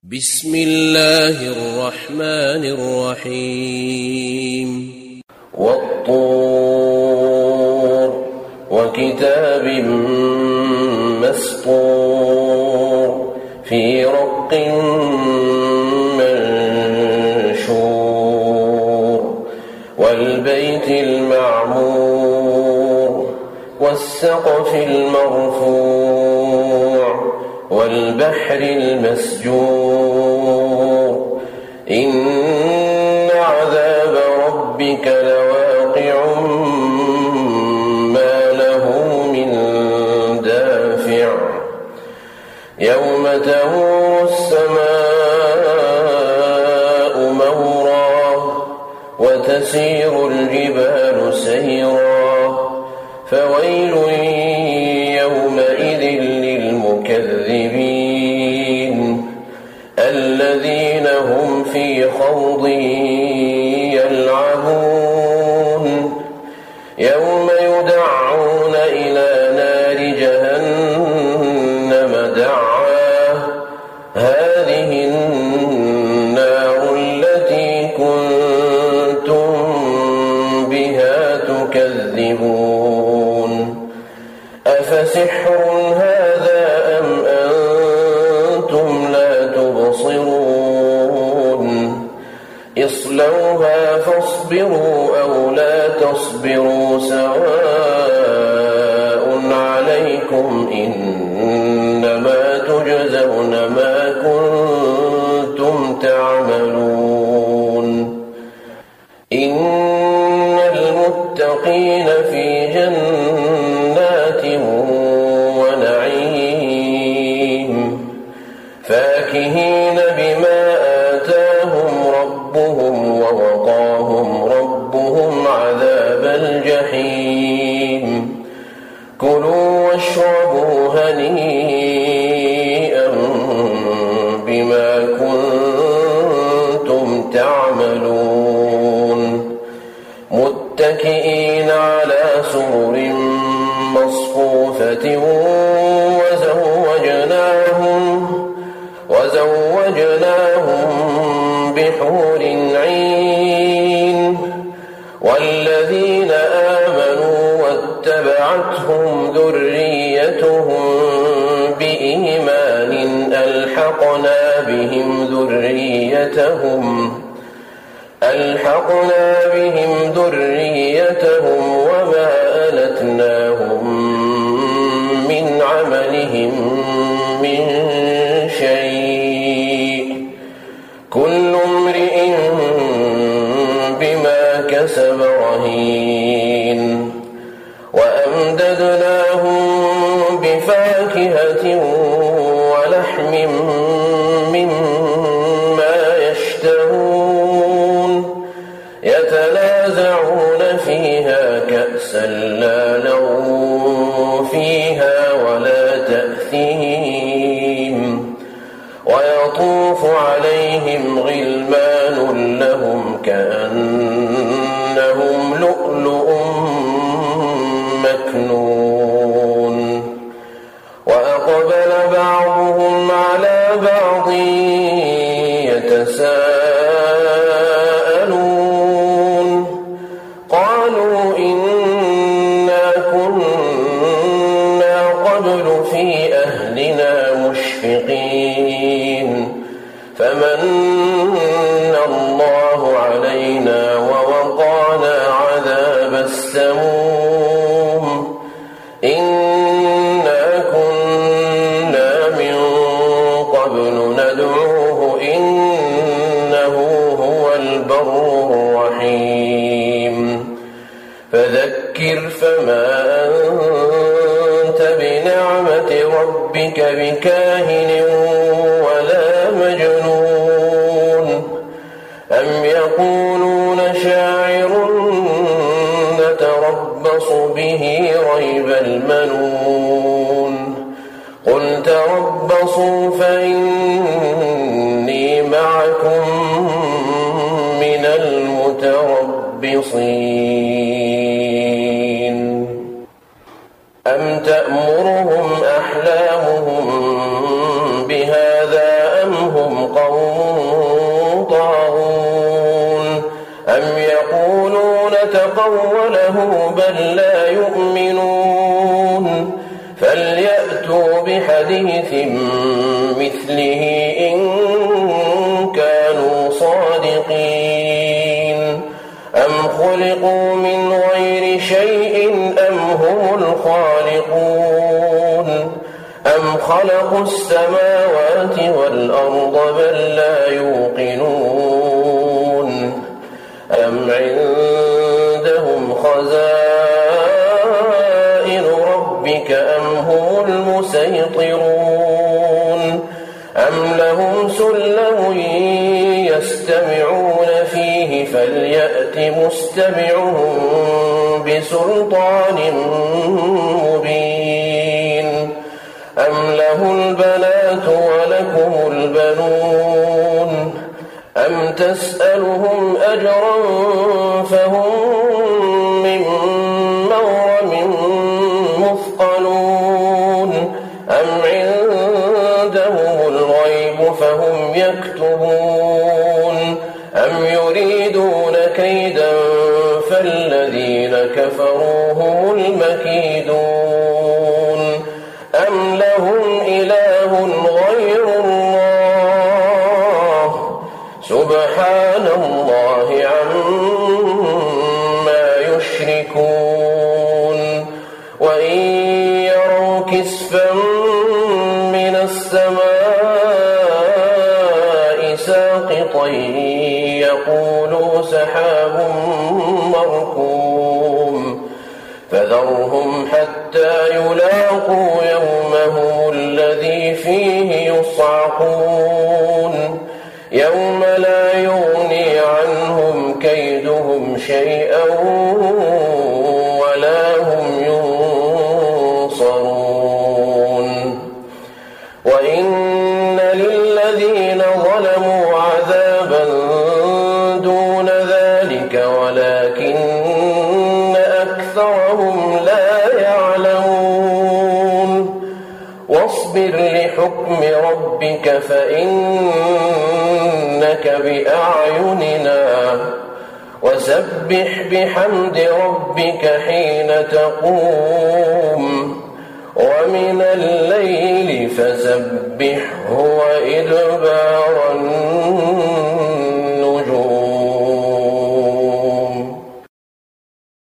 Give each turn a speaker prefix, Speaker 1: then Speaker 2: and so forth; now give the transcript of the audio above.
Speaker 1: بسم الله الرحمن الرحيم
Speaker 2: والطور وكتاب مسطور في رق منشور والبيت المعمور والسقف المرفوع والبحر المسجور إن عذاب ربك لواقع ما له من دافع يوم تمور السماء مورا وتسير الجبال سيرا فويل يومئذ للمكذبين الذين هم في خوض يلعبون يوم يدعون إلى نار جهنم دعا هذه النار التي كنتم بها تكذبون أفسحر هذا أم أنتم لا تبصرون اصلوها فاصبروا أو لا تصبروا سواء عليكم إنما تجزون ما كنتم تعملون إن المتقين في جنات ونعيم فاكهين بما آتاهم ربهم ووقاهم ربهم عذاب الجحيم كلوا واشربوا هنيئا بما كنتم تعملون متكئين على سرر مصفوفة وزوجناهم بحور عين والذين آمنوا واتبعتهم ذريتهم بإيمان ألحقنا بهم ذريتهم وما ألتناهم من عملهم من شيء كل امرئ بما كسب رهين وأمددناهم بفاكهة ولحم مما يشتهون يتنازعون فيها كأسا لا لغو فيها ولا تأثيم ويطوف عليهم غلمان لهم كأنهم لؤلؤ مكنون وأقبل بعضهم على بعض يتساءلون قالوا إنا كنا قبل في أهلنا مشفقين فمن الله علينا ووقانا عذاب السموم إنا كنا من قبل ندعوه إنه هو البر الرحيم فذكر فما أنت بنعمة ربك بكاهن ولا مجنون أم يقولون شاعر نتربص به ريب المنون قل تربصوا فإني معكم من المتربصين أم تأمرهم أحلامهم بهذا أم هم تقوله بل لا يؤمنون فليأتوا بحديث مثله إن كانوا صادقين أم خلقوا من غير شيء أم هم الخالقون أم خلقوا السماوات والأرض بل لا يوقنون أم عندهم خزائن ربك أم هم المسيطرون أم لهم سلم يستمعون فيه فليأت مستمعهم بسلطان مبين أم له البنات ولكم البنون أم تسألهم أجرا فهم من مغرم مثقلون أم عندهم الغيب فهم يكتبون أم يريدون كيدا فالذين كفروا هم المكيدون أم لهم إله غير الله سبحان الله عما يشركون وإن يروا كسفا من السماء ساقطا يقولوا سحاب مركوم فذرهم حتى يلاقوا يومهم الذي فيه يصعقون يوم لا يغني عنهم كيدهم شيئا ولا هم ينصرون وإن للذين ظلموا عذابا دون ذلك ولكن أكثرهم لا يعلمون واصبر لحكم ربك فإنك بأعيننا وسبح بحمد ربك حين تقوم ومن الليل فسبحه وإدبار النجوم